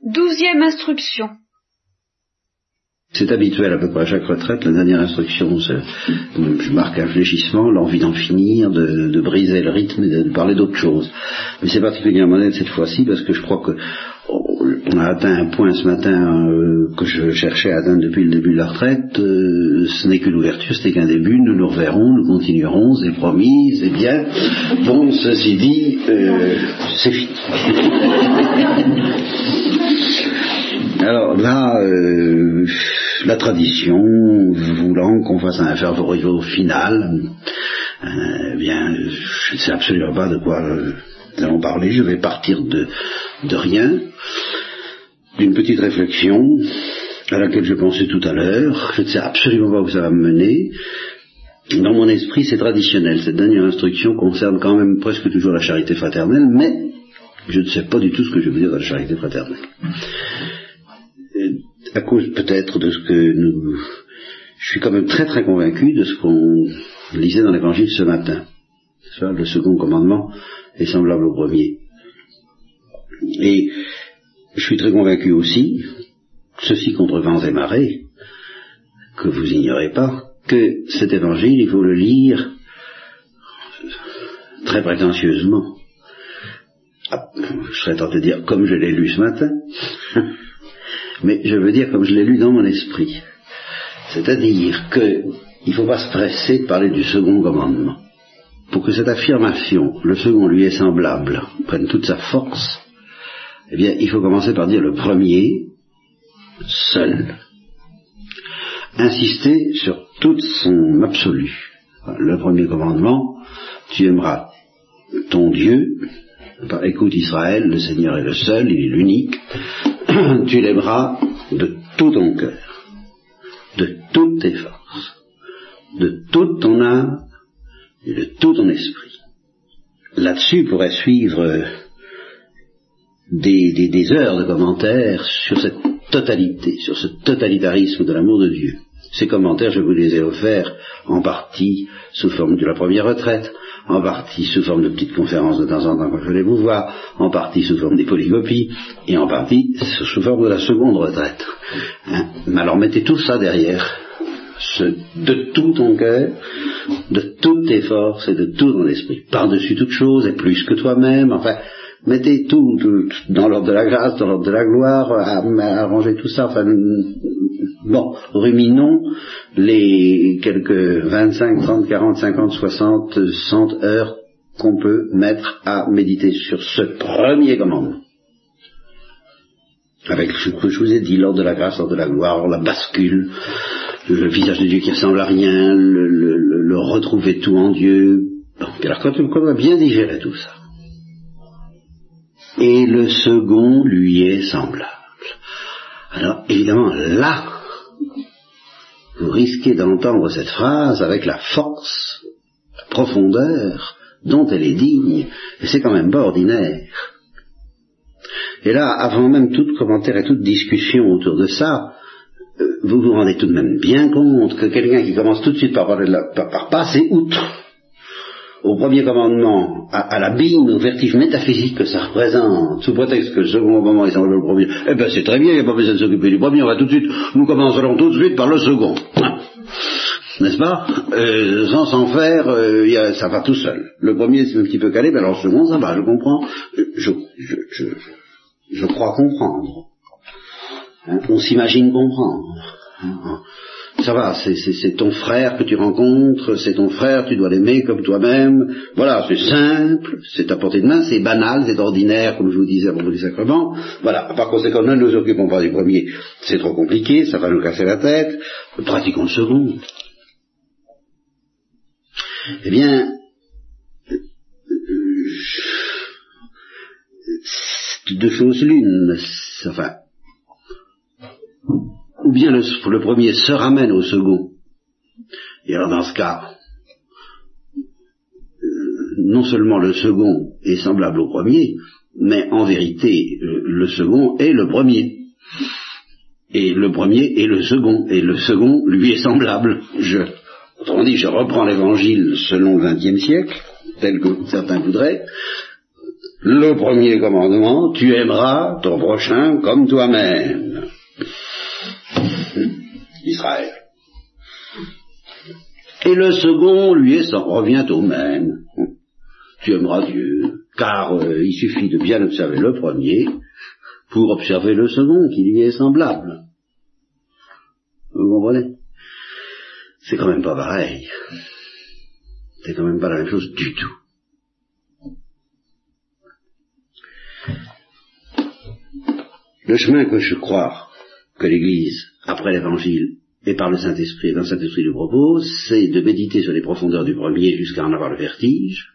12e instruction. C'est habituel à peu près à chaque retraite. La dernière instruction, je marque un fléchissement, l'envie d'en finir, de briser le rythme et de parler d'autre chose. Mais c'est particulièrement net cette fois-ci parce que je crois que on a atteint un point ce matin que je cherchais à atteindre depuis le début de la retraite. Ce n'est qu'une ouverture, ce n'est qu'un début. Nous nous reverrons, nous continuerons, c'est promis, c'est bien. Bon, ceci dit, c'est fini. Alors là, la tradition voulant qu'on fasse un fervorio final, bien, je ne sais absolument pas de quoi nous allons parler. Je vais partir de rien, d'une petite réflexion à laquelle je pensais tout à l'heure. Je ne sais absolument pas où ça va me mener. Dans mon esprit, c'est traditionnel. Cette dernière instruction concerne quand même presque toujours la charité fraternelle, mais je ne sais pas du tout ce que je veux dire de la charité fraternelle. À cause peut-être de ce que je suis quand même très très convaincu de ce qu'on lisait dans l'évangile ce matin. Le second commandement est semblable au premier. Et je suis très convaincu aussi, ceci contre vents et marées, que vous ignorez pas, que cet évangile, il faut le lire très prétentieusement. Je serais tenté de dire comme je l'ai lu ce matin. Mais je veux dire comme je l'ai lu dans mon esprit. C'est-à-dire qu'il ne faut pas se presser de parler du second commandement. Pour que cette affirmation, le second lui est semblable, prenne toute sa force, eh bien, il faut commencer par dire le premier, seul. Insister sur toute son absolu. Le premier commandement, tu aimeras ton Dieu. Écoute Israël, le Seigneur est le seul, il est l'unique. Tu l'aimeras de tout ton cœur, de toutes tes forces, de toute ton âme et de tout ton esprit. Là-dessus pourrait suivre des heures de commentaires sur cette totalité, sur ce totalitarisme de l'amour de Dieu. Ces commentaires, je vous les ai offerts en partie sous forme de la première retraite, en partie sous forme de petites conférences de temps en temps quand je venais vous voir, en partie sous forme des polycopies, et en partie sous forme de la seconde retraite. Mais alors mettez tout ça derrière, de tout ton cœur, de toutes tes forces et de tout ton esprit, par-dessus toute chose et plus que toi-même, enfin, mettez tout dans l'ordre de la grâce, dans l'ordre de la gloire, arrangez tout ça, enfin, bon, ruminons les quelques 25, 30, 40, 50, 60, 100 heures qu'on peut mettre à méditer sur ce premier commandement. Avec ce que je vous ai dit, l'ordre de la grâce, l'ordre de la gloire, la bascule, le visage de Dieu qui ressemble à rien, le retrouver tout en Dieu. Bon, puis alors quand on a bien digéré tout ça, et le second lui est semblable. Alors évidemment là, vous risquez d'entendre cette phrase avec la force, la profondeur dont elle est digne, et c'est quand même pas ordinaire. Et là, avant même tout commentaire et toute discussion autour de ça, vous vous rendez tout de même bien compte que quelqu'un qui commence tout de suite par passer outre au premier commandement, à l'abîme, au vertige métaphysique que ça représente, sous prétexte que le second commandement est semblable au premier, eh bien c'est très bien, il n'y a pas besoin de s'occuper du premier, nous commencerons tout de suite par le second. N'est-ce pas? Sans s'en faire, ça va tout seul. Le premier c'est un petit peu calé, mais alors le second ça va, je comprends, je crois comprendre. On s'imagine comprendre. Ça va, c'est ton frère que tu rencontres, c'est ton frère, tu dois l'aimer comme toi-même. Voilà, c'est simple, c'est à portée de main, c'est banal, c'est ordinaire, comme je vous disais à propos du sacrement. Voilà, par conséquent, ne nous occupons pas du premier, c'est trop compliqué, ça va nous casser la tête. Pratiquons le second. Eh bien, deux choses l'une, enfin, ou bien le premier se ramène au second, et alors dans ce cas, non seulement le second est semblable au premier, mais en vérité, le second est le premier, et le premier est le second lui est semblable. Autrement dit, je reprends l'évangile selon le XXe siècle, tel que certains voudraient, le premier commandement, tu aimeras ton prochain comme toi-même. Israël. Et le second, lui, revient au même. Tu aimeras Dieu, car il suffit de bien observer le premier pour observer le second, qui lui est semblable. Vous comprenez? C'est quand même pas pareil. C'est quand même pas la même chose du tout. Le chemin que je crois que l'Église, après l'Évangile et par le Saint-Esprit, dans le Saint-Esprit nous propose, c'est de méditer sur les profondeurs du premier jusqu'à en avoir le vertige.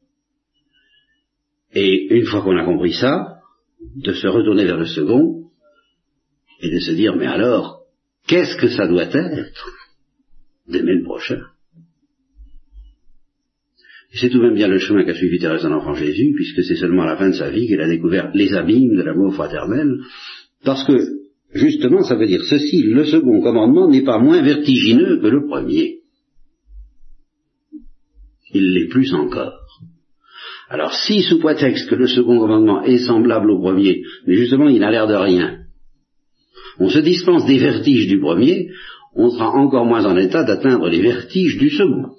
Et une fois qu'on a compris ça, de se retourner vers le second et de se dire, mais alors, qu'est-ce que ça doit être d'aimer le prochain? Et c'est tout de même bien le chemin qu'a suivi Thérèse de l'Enfant Jésus, puisque c'est seulement à la fin de sa vie qu'elle a découvert les abîmes de l'amour fraternel, parce que, justement, ça veut dire ceci, le second commandement n'est pas moins vertigineux que le premier. Il l'est plus encore. Alors si, sous prétexte que le second commandement est semblable au premier, mais justement il n'a l'air de rien, on se dispense des vertiges du premier, on sera encore moins en état d'atteindre les vertiges du second.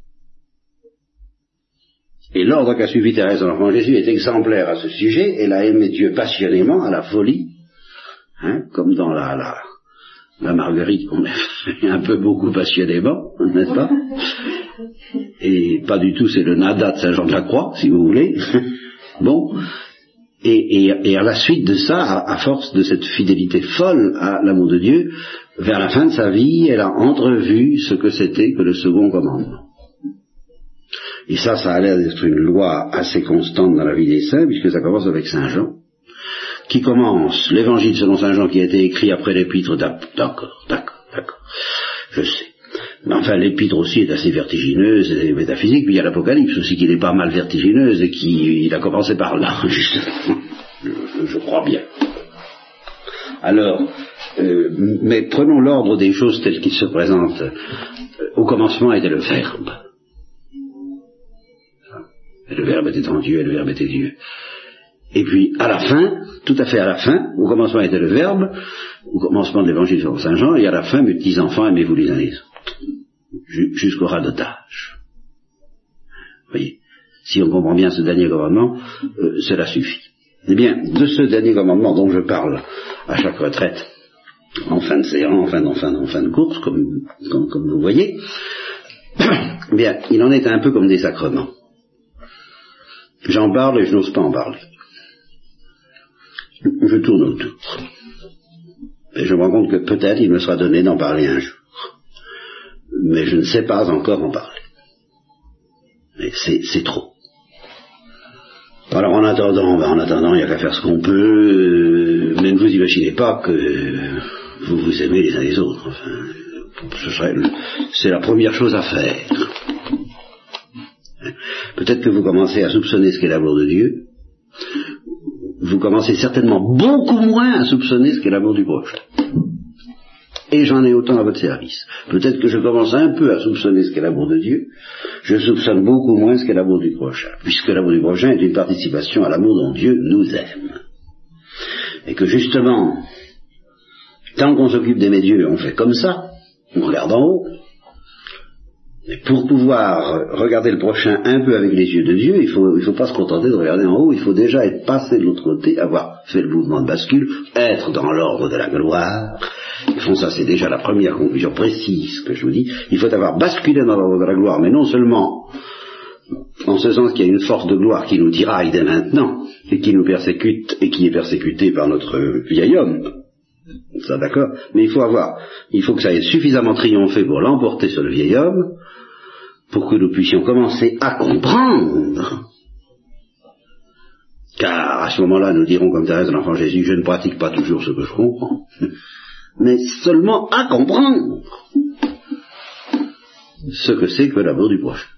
Et l'ordre qu'a suivi Thérèse de l'Enfant Jésus est exemplaire à ce sujet. Elle a aimé Dieu passionnément, à la folie, comme dans la Marguerite qu'on a fait un peu beaucoup passionnément, n'est-ce pas? Et pas du tout, c'est le nada de Saint Jean de la Croix, si vous voulez. Bon, et à la suite de ça, à force de cette fidélité folle à l'amour de Dieu, vers la fin de sa vie, elle a entrevu ce que c'était que le second commandement. Et ça a l'air d'être une loi assez constante dans la vie des saints, puisque ça commence avec Saint Jean, qui commence l'évangile selon Saint Jean qui a été écrit après l'épître d'accord, je sais. Mais enfin, l'épître aussi est assez vertigineuse et métaphysique, puis il y a l'Apocalypse aussi qui n'est pas mal vertigineuse et il a commencé par là, justement. Je crois bien. Alors, mais prenons l'ordre des choses telles qu'il se présente. Au commencement était le Verbe. Et le Verbe était en Dieu, et le Verbe était Dieu. Et puis, à la fin, tout à fait à la fin, au commencement était le Verbe, au commencement de l'évangile selon Saint Jean, et à la fin, mes petits enfants, aimez-vous les uns les autres. Jusqu'au radotage. Vous voyez, si on comprend bien ce dernier commandement, cela suffit. Eh bien, de ce dernier commandement dont je parle à chaque retraite, en fin de séance, en fin de course, comme vous voyez, eh bien, il en est un peu comme des sacrements. J'en parle et je n'ose pas en parler. Je tourne autour. Et je me rends compte que peut-être il me sera donné d'en parler un jour. Mais je ne sais pas encore en parler. Et c'est trop. Alors en attendant, il n'y a qu'à faire ce qu'on peut, mais ne vous imaginez pas que vous vous aimez les uns les autres. Enfin, c'est la première chose à faire. Peut-être que vous commencez à soupçonner ce qu'est l'amour de Dieu. Vous commencez certainement beaucoup moins à soupçonner ce qu'est l'amour du prochain. Et j'en ai autant à votre service. Peut-être que je commence un peu à soupçonner ce qu'est l'amour de Dieu. Je soupçonne beaucoup moins ce qu'est l'amour du prochain. Puisque l'amour du prochain est une participation à l'amour dont Dieu nous aime. Et que justement, tant qu'on s'occupe d'aimer Dieu, on fait comme ça. On regarde en haut. Et pour pouvoir regarder le prochain un peu avec les yeux de Dieu, il faut pas se contenter de regarder en haut, il faut déjà être passé de l'autre côté, avoir fait le mouvement de bascule, être dans l'ordre de la gloire. Et font ça, c'est déjà la première conclusion précise que je vous dis. Il faut avoir basculé dans l'ordre de la gloire, mais non seulement en ce sens qu'il y a une force de gloire qui nous tiraille dès maintenant, et qui nous persécute, et qui est persécutée par notre vieil homme. Ça, d'accord? Mais il faut que ça ait suffisamment triomphé pour l'emporter sur le vieil homme, pour que nous puissions commencer à comprendre. Car à ce moment-là, nous dirons comme Thérèse de l'Enfant Jésus, je ne pratique pas toujours ce que je comprends, mais seulement à comprendre ce que c'est que l'amour du prochain.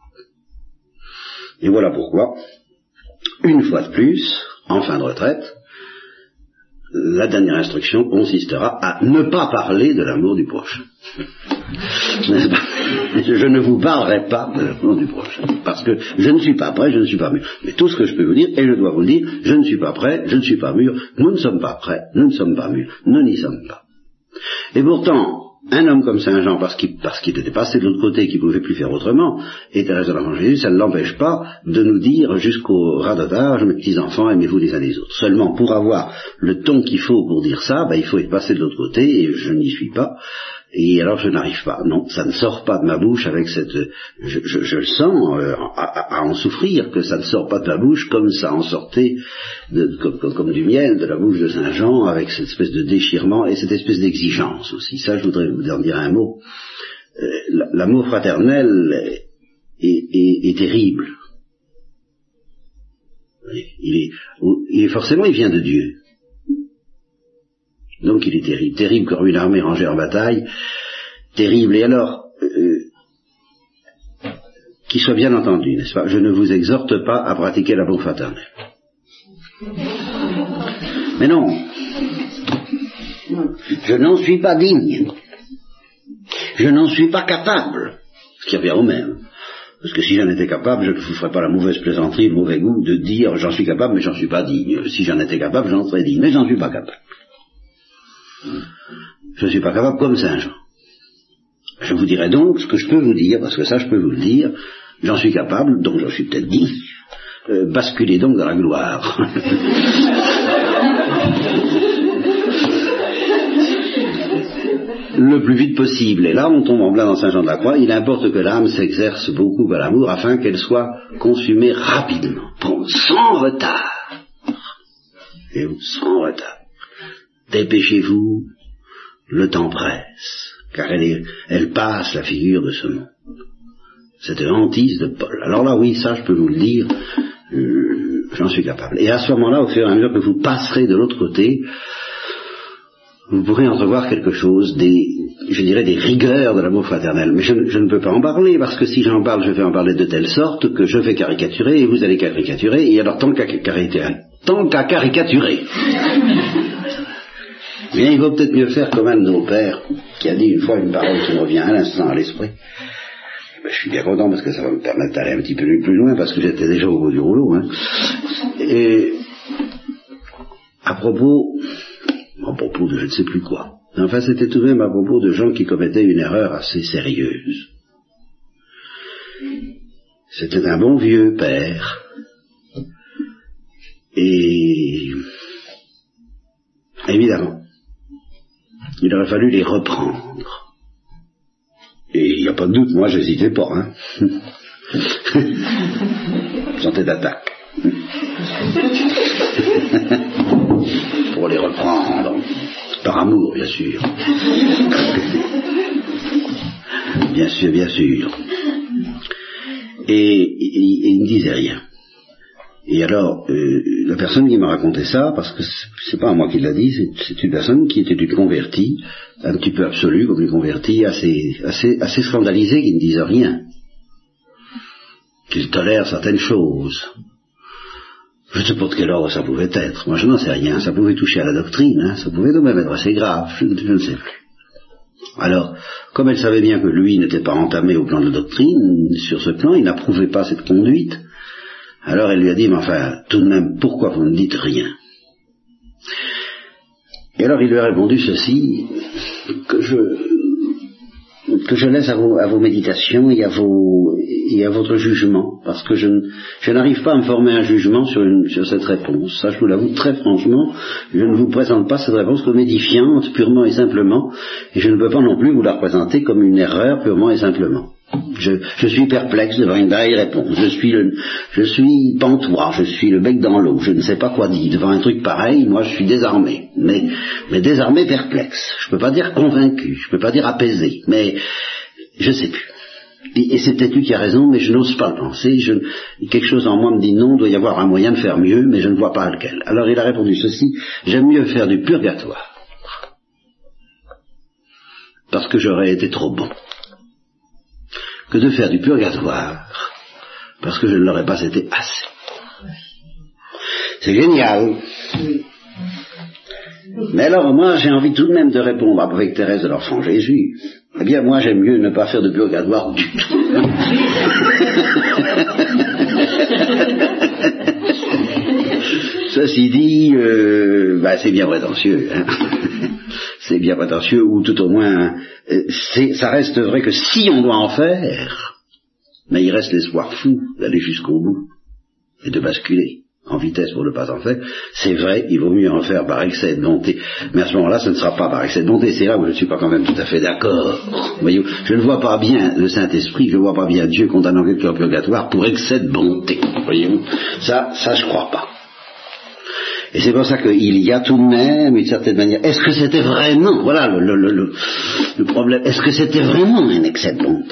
Et voilà pourquoi, une fois de plus, en fin de retraite, la dernière instruction consistera à ne pas parler de l'amour du prochain. N'est-ce pas? Je ne vous parlerai pas de l'amour du prochain, parce que je ne suis pas prêt, je ne suis pas mûr. Mais tout ce que je peux vous dire, et je dois vous le dire, je ne suis pas prêt, je ne suis pas mûr, nous ne sommes pas prêts, nous ne sommes pas mûrs, nous n'y sommes pas. Et pourtant, un homme comme Saint Jean, parce qu'il était passé de l'autre côté, qu'il ne pouvait plus faire autrement, était resté dans Jésus, ça ne l'empêche pas de nous dire jusqu'au radotage, mes petits enfants, aimez-vous les uns les autres. Seulement, pour avoir le ton qu'il faut pour dire ça, il faut être passé de l'autre côté, et je n'y suis pas, et alors je n'arrive pas. Non, ça ne sort pas de ma bouche avec cette... Je le sens à en souffrir, que ça ne sort pas de ma bouche comme ça en sortait, comme du miel de la bouche de Saint Jean, avec cette espèce de déchirement et cette espèce d'exigence aussi. Ça, je voudrais vous en dire un mot. L'amour fraternel est terrible. Forcément, il vient de Dieu. Donc il est terrible, terrible comme une armée rangée en bataille, terrible. Et alors, qu'il soit bien entendu, n'est-ce pas, je ne vous exhorte pas à pratiquer l'amour fraternel. Mais non, je n'en suis pas digne, je n'en suis pas capable, ce qui revient au même. Parce que si j'en étais capable, je ne vous ferais pas la mauvaise plaisanterie, le mauvais goût de dire j'en suis capable mais j'en suis pas digne. Si j'en étais capable, j'en serais digne, mais j'en suis pas capable. Je ne suis pas capable comme Saint Jean. Je vous dirai donc ce que je peux vous dire, parce que ça je peux vous le dire, j'en suis capable, donc j'en suis peut-être digne. Basculez donc dans la gloire. Le plus vite possible. Et là on tombe en plein dans Saint Jean de la Croix. Il importe que l'âme s'exerce beaucoup à l'amour afin qu'elle soit consumée rapidement, sans retard. Et sans retard. Dépêchez-vous, le temps presse, car elle passe la figure de ce monde. Cette hantise de Paul. Alors là, oui, ça je peux vous le dire, j'en suis capable. Et à ce moment-là, au fur et à mesure que vous passerez de l'autre côté, vous pourrez entrevoir quelque chose, je dirais des rigueurs de l'amour fraternel. Mais je ne peux pas en parler, parce que si j'en parle, je vais en parler de telle sorte que je vais caricaturer, et vous allez caricaturer, et alors tant qu'à caricaturer, bien, il vaut peut-être mieux faire comme un de nos pères, qui a dit une fois une parole qui me revient à l'instant à l'esprit. Je suis bien content parce que ça va me permettre d'aller un petit peu plus loin, parce que j'étais déjà au bout du rouleau. Et à propos de je ne sais plus quoi. Enfin, c'était tout de même à propos de gens qui commettaient une erreur assez sérieuse. C'était un bon vieux père. Et évidemment, il aurait fallu les reprendre. Et il n'y a pas de doute, moi j'hésitais pas. Je sentais d'attaque. Pour les reprendre. Par amour, bien sûr. Bien sûr. Et il ne disait rien. Et alors, la personne qui m'a raconté ça, parce que c'est pas moi qui l'a dit, c'est une personne qui était une convertie, un petit peu absolue, comme une convertie assez scandalisée, qui ne disait rien, qui tolère certaines choses. Je ne sais pas de quel ordre ça pouvait être, moi je n'en sais rien, ça pouvait toucher à la doctrine, ça pouvait tout de même être assez grave, je ne sais plus. Alors, comme elle savait bien que lui n'était pas entamé au plan de la doctrine, sur ce plan, il n'approuvait pas cette conduite. Alors elle lui a dit, mais enfin, tout de même, pourquoi vous ne dites rien? Et alors il lui a répondu ceci, que je laisse à vos méditations et à votre jugement, parce que je n'arrive pas à me former un jugement sur cette réponse. Ça, je vous l'avoue très franchement, je ne vous présente pas cette réponse comme édifiante, purement et simplement, et je ne peux pas non plus vous la représenter comme une erreur, purement et simplement. Je suis perplexe devant une pareille réponse. Je suis pantois, je suis le bec dans l'eau, je ne sais pas quoi dire. Devant un truc pareil, moi je suis désarmé. Mais désarmé, perplexe. Je ne peux pas dire convaincu, je ne peux pas dire apaisé, mais je ne sais plus. Et c'est peut-être lui qui a raison, mais je n'ose pas le penser. Quelque chose en moi me dit non, il doit y avoir un moyen de faire mieux, mais je ne vois pas lequel. Alors il a répondu ceci, j'aime mieux faire du purgatoire, parce que j'aurais été trop bon, que de faire du purgatoire, parce que je ne l'aurais pas été assez. C'est génial. Mais alors, moi, j'ai envie tout de même de répondre avec Thérèse de l'Enfant Jésus. Eh bien, moi, j'aime mieux ne pas faire de purgatoire du tout. Ceci dit, c'est bien prétentieux. Hein. C'est bien prétentieux, ou tout au moins, ça reste vrai que si on doit en faire, mais il reste l'espoir fou d'aller jusqu'au bout et de basculer en vitesse pour ne pas en faire. C'est vrai, il vaut mieux en faire par excès de bonté. Mais à ce moment-là, ce ne sera pas par excès de bonté. C'est là où je ne suis pas quand même tout à fait d'accord. Voyez-vous, je ne vois pas bien le Saint-Esprit, je ne vois pas bien Dieu condamnant quelqu'un au purgatoire pour excès de bonté. Voyez-vous, ça je crois pas. Et c'est pour ça qu'il y a tout de même une certaine manière. Est-ce que c'était vraiment, voilà le problème, est-ce que c'était vraiment un excès de bonté?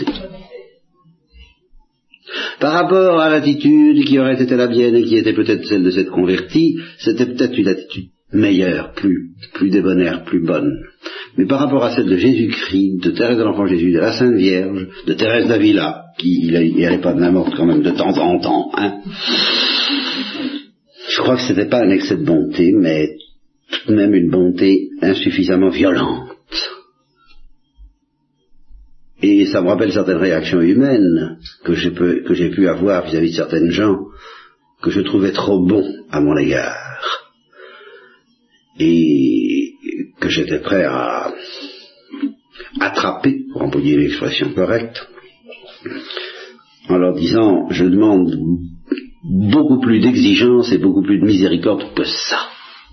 Par rapport à l'attitude qui aurait été la mienne et qui était peut-être celle de cette convertie, c'était peut-être une attitude meilleure, plus débonnaire, plus bonne. Mais par rapport à celle de Jésus-Christ, de Thérèse de l'Enfant Jésus, de la Sainte Vierge, de Thérèse d'Avila, qui y allait pas de la mort quand même de temps en temps, hein, je crois que c'était pas un excès de bonté, mais tout de même une bonté insuffisamment violente. Et ça me rappelle certaines réactions humaines que j'ai pu avoir vis-à-vis de certaines gens que je trouvais trop bons à mon égard et que j'étais prêt à attraper, pour employer l'expression correcte, en leur disant je demande beaucoup plus d'exigence et beaucoup plus de miséricorde que ça.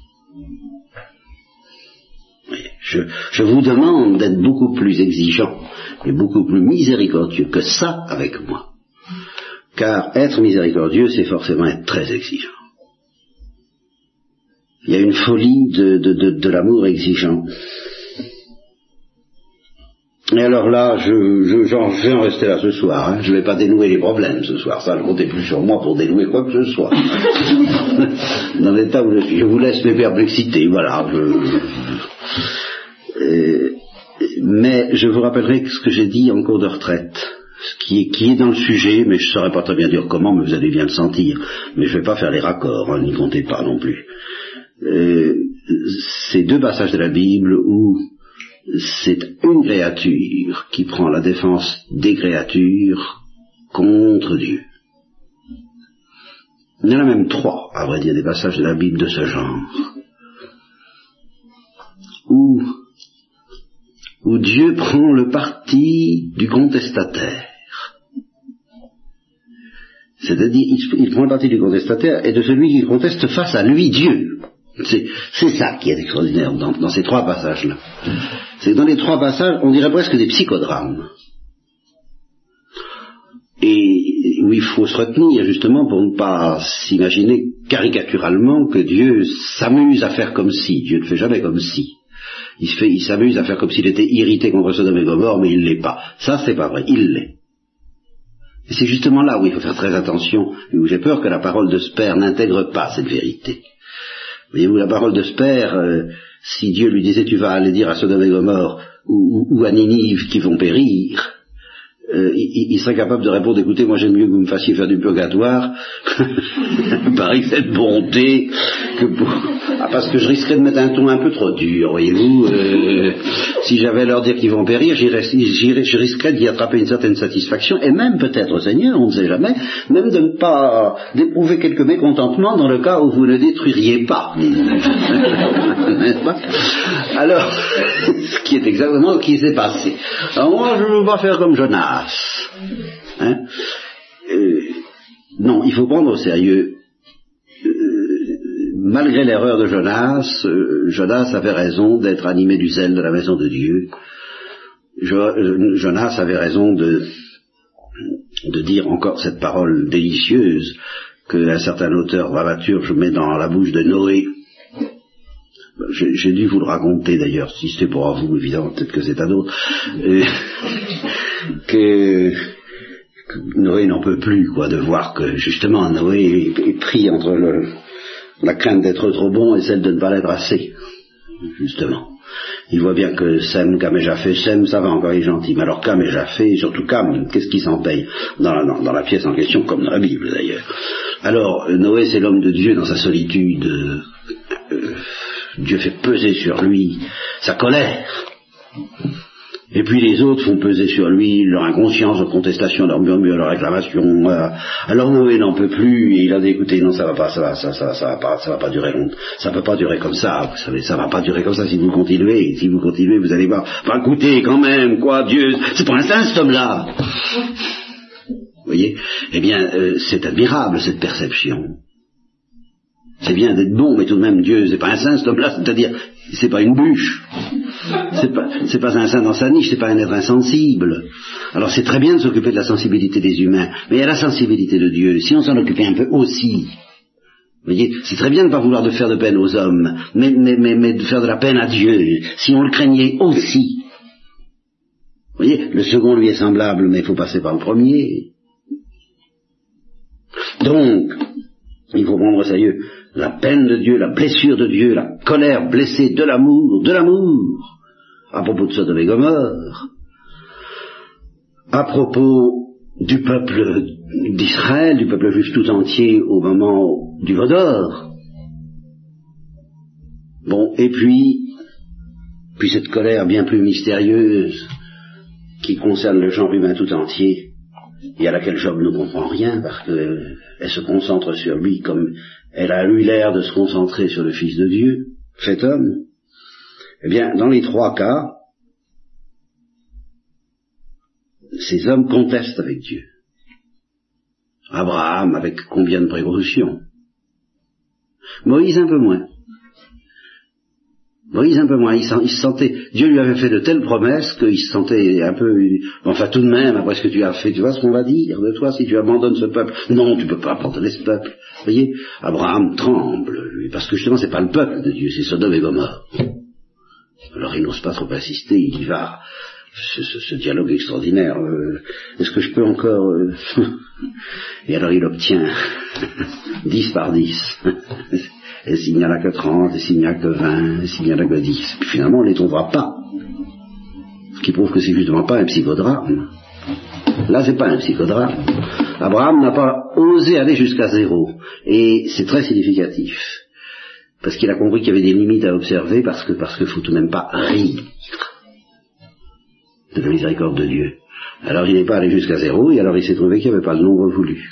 Je vous demande d'être beaucoup plus exigeant et beaucoup plus miséricordieux que ça avec moi. Car être miséricordieux, c'est forcément être très exigeant. Il y a une folie de l'amour exigeant. Et alors là, je vais en rester là ce soir. Hein. Je ne vais pas dénouer les problèmes ce soir. Ça, ne comptez plus sur moi pour dénouer quoi que ce soit. Dans l'état où je suis. Je vous laisse mes perplexités. Voilà. Mais je vous rappellerai ce que j'ai dit en cours de retraite, qui est dans le sujet, mais je ne saurais pas très bien dire comment, mais vous allez bien le sentir. Mais je ne vais pas faire les raccords, hein, n'y comptez pas non plus. C'est deux passages de la Bible où c'est une créature qui prend la défense des créatures contre Dieu. Il y en a même trois, à vrai dire, des passages de la Bible de ce genre, où Dieu prend le parti du contestataire. C'est-à-dire, il prend le parti du contestataire et de celui qui conteste face à lui, Dieu. C'est ça qui est extraordinaire dans ces trois passages-là. C'est que dans les trois passages, on dirait presque des psychodrames. Et où il faut se retenir justement pour ne pas s'imaginer caricaturalement que Dieu s'amuse à faire comme si. Dieu ne fait jamais comme si. Il s'amuse à faire comme s'il était irrité contre Sodome et Gomorrhe, mais il ne l'est pas. Ça, c'est pas vrai, il l'est. Et c'est justement là où il faut faire très attention, et où j'ai peur que la parole de Spère n'intègre pas cette vérité. Voyez-vous, la parole de Spère, si Dieu lui disait tu vas aller dire à Sodome et Gomorrhe ou à Ninive qui vont périr, il serait capable de répondre, écoutez, moi j'aime mieux que vous me fassiez faire du purgatoire par cette bonté que parce que je risquerais de mettre un ton un peu trop dur, voyez-vous. Si j'avais à leur dire qu'ils vont périr, je risquerais d'y attraper une certaine satisfaction, et même peut-être, Seigneur, on ne sait jamais, même d'éprouver quelques mécontentements dans le cas où vous ne détruiriez pas. N'est-ce pas? Alors, ce qui est exactement ce qui s'est passé. Alors moi, je ne veux pas faire comme Jonas. Hein? Non, il faut prendre au sérieux. Malgré l'erreur de Jonas, Jonas avait raison d'être animé du zèle de la maison de Dieu. Jonas avait raison de dire encore cette parole délicieuse qu'un certain auteur dramaturge met dans la bouche de Noé. J'ai dû vous le raconter d'ailleurs, si c'était pour vous, évidemment, peut-être que c'est à d'autres, que Noé n'en peut plus, quoi, de voir que justement Noé est pris entre la crainte d'être trop bon et celle de ne pas l'être assez, justement. Il voit bien que Sem, Cam et Japheth, Sem, ça va encore, il est gentil, mais alors Cam et Japheth, surtout Cam, qu'est-ce qui s'en paye dans la pièce en question, comme dans la Bible d'ailleurs. Alors, Noé, c'est l'homme de Dieu dans sa solitude Dieu fait peser sur lui sa colère. Et puis les autres font peser sur lui leur inconscience, leur contestation, leur murmure, leur réclamation. Alors Noé n'en peut plus, et il a dit, écoutez, non, ça va pas durer longtemps. Ça peut pas durer comme ça, vous savez, ça va pas durer comme ça si vous continuez. Si vous continuez, vous allez voir. Enfin, écoutez, quand même, quoi, Dieu, c'est pour l'instant cet homme-là. Vous voyez? Eh bien, c'est admirable, cette perception. C'est bien d'être bon, mais tout de même, Dieu, c'est pas un saint, cet homme-là, c'est-à-dire, c'est pas une bûche. C'est pas un saint dans sa niche, c'est pas un être insensible. Alors c'est très bien de s'occuper de la sensibilité des humains, mais il y a la sensibilité de Dieu. Si on s'en occupait un peu aussi, vous voyez, c'est très bien de ne pas vouloir de faire de peine aux hommes, mais de faire de la peine à Dieu, si on le craignait aussi. Vous voyez, le second lui est semblable, mais il faut passer par le premier. Donc, il faut prendre au sérieux la peine de Dieu, la blessure de Dieu, la colère blessée de l'amour, à propos de Sodome et Gomorrhe, à propos du peuple d'Israël, du peuple juif tout entier au moment du veau d'or. Bon, et puis cette colère bien plus mystérieuse qui concerne le genre humain tout entier, et à laquelle Job ne comprend rien, parce qu'elle se concentre sur lui comme elle a eu l'air de se concentrer sur le Fils de Dieu, cet homme. Eh bien, dans les trois cas, ces hommes contestent avec Dieu. Abraham, avec combien de précautions. Moïse un peu moins. Il se sentait, Dieu lui avait fait de telles promesses qu'il se sentait un peu, enfin tout de même, après ce que tu as fait, tu vois ce qu'on va dire de toi si tu abandonnes ce peuple. Non, tu peux pas abandonner ce peuple. Vous voyez, Abraham tremble, lui, parce que justement c'est pas le peuple de Dieu, c'est Sodome et Gomorrhe. Alors il n'ose pas trop insister, il y va. Ce dialogue extraordinaire, est-ce que je peux encore... Et alors il obtient 10 par 10. Et s'il n'y en a que 30, et s'il n'y en a que 20, et s'il n'y en a que 10. Puis finalement, on ne les trouvera pas. Ce qui prouve que c'est justement pas un psychodrame. Là, c'est pas un psychodrame. Abraham n'a pas osé aller jusqu'à 0. Et c'est très significatif. Parce qu'il a compris qu'il y avait des limites à observer, parce que faut tout de même pas rire de la miséricorde de Dieu. Alors il n'est pas allé jusqu'à 0, et alors il s'est trouvé qu'il n'y avait pas le nombre voulu.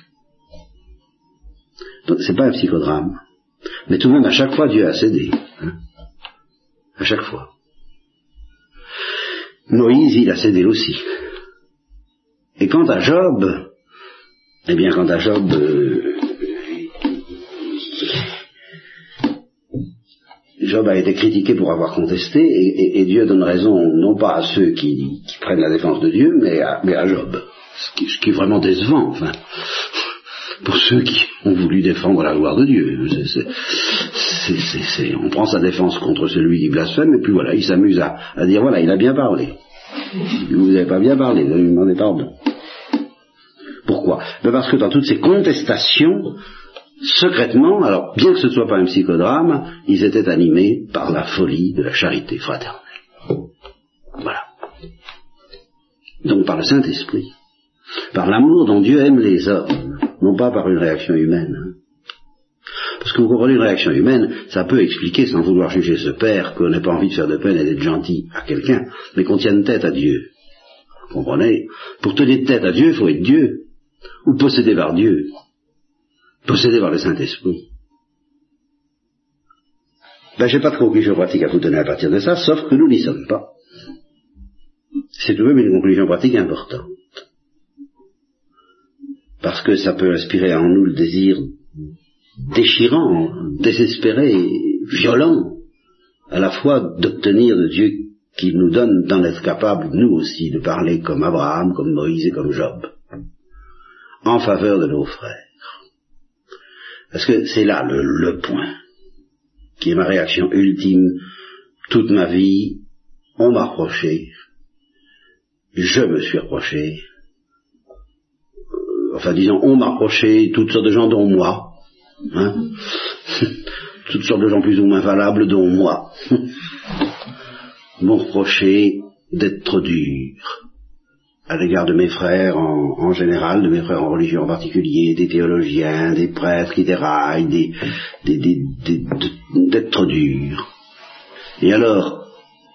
Donc c'est pas un psychodrame. Mais tout de même, à chaque fois, Dieu a cédé. À chaque fois. Moïse, il a cédé aussi. Et quant à Job, Job a été critiqué pour avoir contesté, et Dieu donne raison non pas à ceux qui prennent la défense de Dieu, mais à Job. Ce qui est vraiment décevant, enfin. Pour ceux qui ont voulu défendre la gloire de Dieu. On prend sa défense contre celui qui blasphème, et puis voilà, il s'amuse à dire, voilà, il a bien parlé. Vous n'avez pas bien parlé, vous lui demandez pardon. Pourquoi? Parce que dans toutes ces contestations, secrètement, alors bien que ce ne soit pas un psychodrame, ils étaient animés par la folie de la charité fraternelle. Voilà. Donc par le Saint-Esprit, par l'amour dont Dieu aime les hommes, non pas par une réaction humaine. Parce que vous comprenez, une réaction humaine, ça peut expliquer, sans vouloir juger ce père, qu'on n'ait pas envie de faire de peine et d'être gentil à quelqu'un, mais qu'on tienne tête à Dieu. Vous comprenez? Pour tenir tête à Dieu, il faut être Dieu, ou possédé par Dieu, possédé par le Saint-Esprit. J'ai pas de conclusion pratique à vous donner à partir de ça, sauf que nous n'y sommes pas. C'est tout de même une conclusion pratique importante. Parce que ça peut inspirer en nous le désir déchirant, désespéré, violent, à la fois d'obtenir de Dieu qu'il nous donne d'en être capable, nous aussi, de parler comme Abraham, comme Moïse et comme Job, en faveur de nos frères. Parce que c'est là le point, qui est ma réaction ultime. Toute ma vie, on m'a reproché, je me suis reproché, enfin disons, on m'a reproché toutes sortes de gens, dont moi, toutes sortes de gens plus ou moins valables, dont moi, m'ont reproché d'être trop dur à l'égard de mes frères en général, de mes frères en religion en particulier, des théologiens, des prêtres qui déraillent, d'être trop dur. Et alors,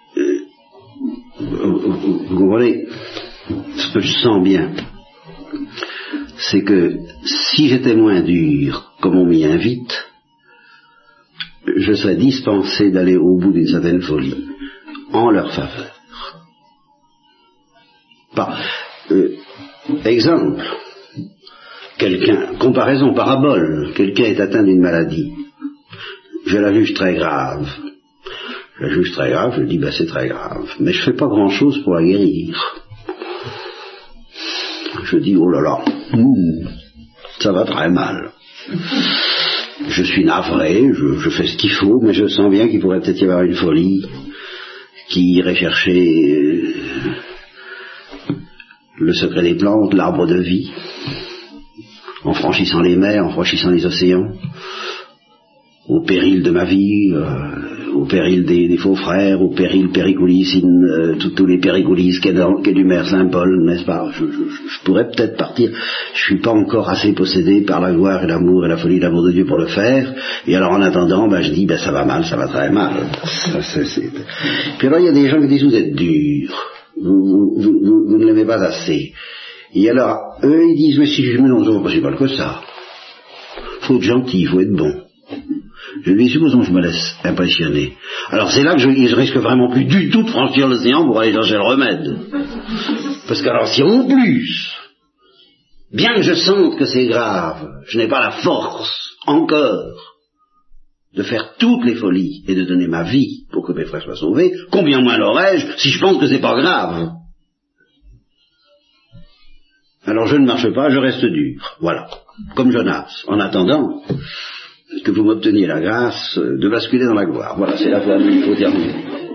vous comprenez, ce que je sens bien, c'est que si j'étais moins dur, comme on m'y invite, je serais dispensé d'aller au bout d'une certaine folie, en leur faveur. Exemple, comparaison, parabole, quelqu'un est atteint d'une maladie, je la juge très grave. Je dis, c'est très grave, mais je fais pas grand chose pour la guérir. Je dis, oh là là, ça va très mal. Je suis navré, je fais ce qu'il faut, mais je sens bien qu'il pourrait peut-être y avoir une folie qui irait chercher le secret des plantes, l'arbre de vie, en franchissant les mers, en franchissant les océans, au péril de ma vie, au péril des faux frères, au péril péricoulissime, tous les péricoulisses qu'est du maire Saint-Paul, n'est-ce pas? Je pourrais peut-être partir, je suis pas encore assez possédé par la gloire et l'amour et la folie et l'amour de Dieu pour le faire, et alors en attendant, je dis, ça va mal, ça va très mal. Puis alors il y a des gens qui disent, vous êtes durs, vous ne l'aimez pas assez. Et alors, eux ils disent, mais si je me non, c'est pas que ça. Faut être gentil, faut être bon. Je lui dis, supposons que je me laisse impressionner. Alors c'est là que je risque vraiment plus du tout de franchir l'océan pour aller chercher le remède. Parce que alors si en plus, bien que je sente que c'est grave, je n'ai pas la force encore de faire toutes les folies et de donner ma vie pour que mes frères soient sauvés, combien moins l'aurais-je si je pense que c'est pas grave? Alors je ne marche pas, je reste dur. Voilà. Comme Jonas. En attendant que vous m'obteniez la grâce de basculer dans la gloire. Voilà, c'est la fois où il faut terminer.